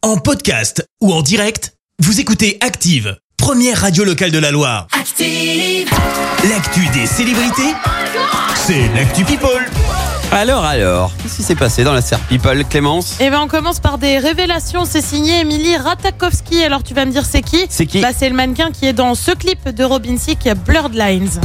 En podcast ou en direct, vous écoutez Active, première radio locale de la Loire. Active. L'actu des célébrités, c'est l'actu People. Alors, qu'est-ce qui s'est passé dans la Serre People, Clémence? Eh ben, on commence par des révélations. C'est signé Émilie Ratajkowski. Alors, tu vas me dire, c'est qui? C'est qui? C'est le mannequin qui est dans ce clip de Robin Thicke, Blurred Lines.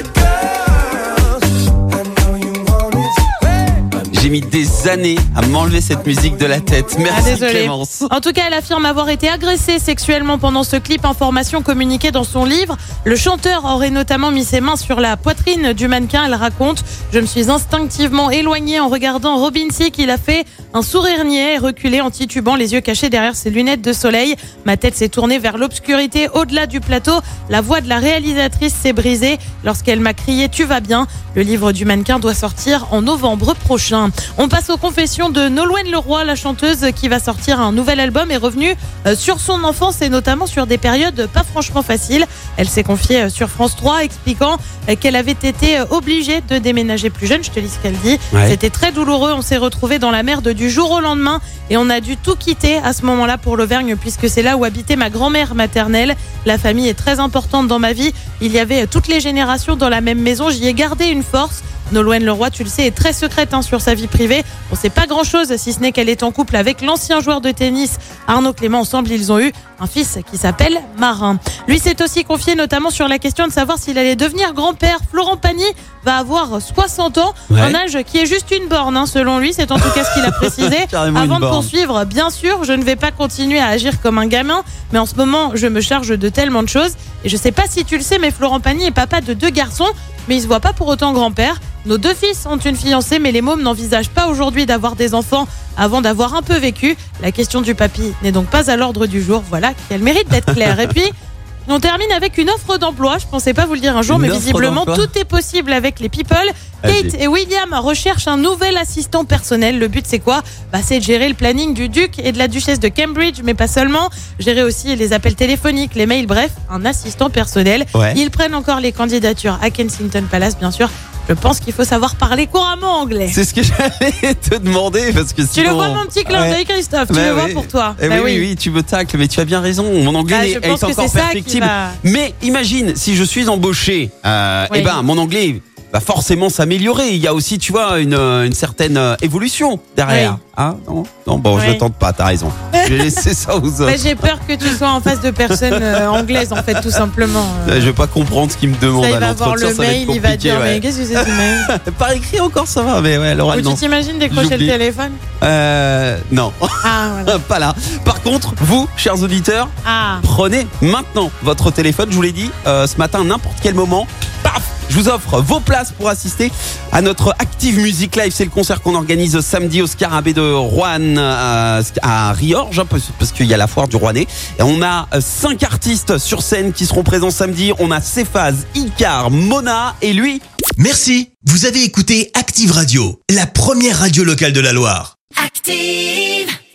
J'ai mis des années à m'enlever cette musique de la tête. Merci Désolée. Clémence. En tout cas, elle affirme avoir été agressée sexuellement pendant ce clip. Information communiquée dans son livre. Le chanteur aurait notamment mis ses mains sur la poitrine du mannequin. Elle raconte: je me suis instinctivement éloignée en regardant Robin Thicke. Il a fait un sourire niais et reculé en titubant, les yeux cachés derrière ses lunettes de soleil. Ma tête s'est tournée vers l'obscurité au-delà du plateau. La voix de la réalisatrice s'est brisée lorsqu'elle m'a crié: tu vas bien. Le livre du mannequin doit sortir en novembre prochain. On passe aux confessions de Nolwenn Leroy, la chanteuse qui va sortir un nouvel album, est revenue sur son enfance et notamment sur des périodes pas franchement faciles. Elle s'est confiée sur France 3 expliquant qu'elle avait été obligée de déménager plus jeune. Je te lis ce qu'elle dit. Ouais. C'était très douloureux. On s'est retrouvés dans la merde du jour au lendemain et on a dû tout quitter à ce moment-là pour l'Auvergne puisque c'est là où habitait ma grand-mère maternelle. La famille est très importante dans ma vie. Il y avait toutes les générations dans la même maison. J'y ai gardé une force. Nolwenn Leroy, tu le sais, est très secrète sur sa vie privée. On ne sait pas grand-chose, si ce n'est qu'elle est en couple avec l'ancien joueur de tennis Arnaud Clément. Ensemble, ils ont eu un fils qui s'appelle Marin. Lui s'est aussi confié notamment sur la question de savoir s'il allait devenir grand-père. Florent Pagny va avoir 60 ans, un âge qui est juste une borne, selon lui. C'est en tout cas ce qu'il a précisé. Avant de poursuivre, bien sûr, je ne vais pas continuer à agir comme un gamin, mais en ce moment, je me charge de tellement de choses. Et je ne sais pas si tu le sais, mais Florent Pagny est papa de 2 garçons, mais il ne se voit pas pour autant grand-père. Nos 2 fils ont une fiancée, mais les mômes n'envisagent pas aujourd'hui d'avoir des enfants avant d'avoir un peu vécu. La question du papy n'est donc pas à l'ordre du jour. Voilà, qu'elle mérite d'être claire. Et puis, on termine avec une offre d'emploi. Je pensais pas vous le dire un jour, mais visiblement, tout est possible avec les people. Kate et William recherchent un nouvel assistant personnel. Le but, c'est quoi? C'est de gérer le planning du duc et de la duchesse de Cambridge, mais pas seulement. Gérer aussi les appels téléphoniques, les mails, bref, un assistant personnel. Ouais. Ils prennent encore les candidatures à Kensington Palace, bien sûr. Je pense qu'il faut savoir parler couramment anglais. C'est ce que j'allais te demander parce que Tu le vois, mon petit clin d'œil, Christophe? Tu le vois pour toi? Oui, tu me tacles, mais tu as bien raison. Mon anglais est encore perfectible. Mais imagine, si je suis embauché, mon anglais va forcément s'améliorer. Il y a aussi, tu vois, une certaine évolution derrière. Oui. Hein? Non, bon, je tente pas, t'as raison. Je vais laisser ça aux autres. J'ai peur que tu sois en face de personnes anglaises, en fait, tout simplement. Je vais pas comprendre ce qu'il me demande Il à va voir l'entretien, le ça va être mail, il va compliqué. dire mais qu'est-ce que c'est ce mail? Par écrit encore ça va, mais ouais, l'oral Ou non. tu t'imagines décrocher J'oublie. le téléphone? Non. Voilà. Pas là. Par contre, vous, chers auditeurs, prenez maintenant votre téléphone, je vous l'ai dit, ce matin, n'importe quel moment. Paf, je vous offre vos places pour assister à notre Active Music Live. C'est le concert qu'on organise samedi au Scarabée de Roanne à Riorges, parce qu'il y a la foire du Rouennais. Et on a 5 artistes sur scène qui seront présents samedi. On a Cephas, Icar, Mona et lui. Merci, vous avez écouté Active Radio, la première radio locale de la Loire. Active.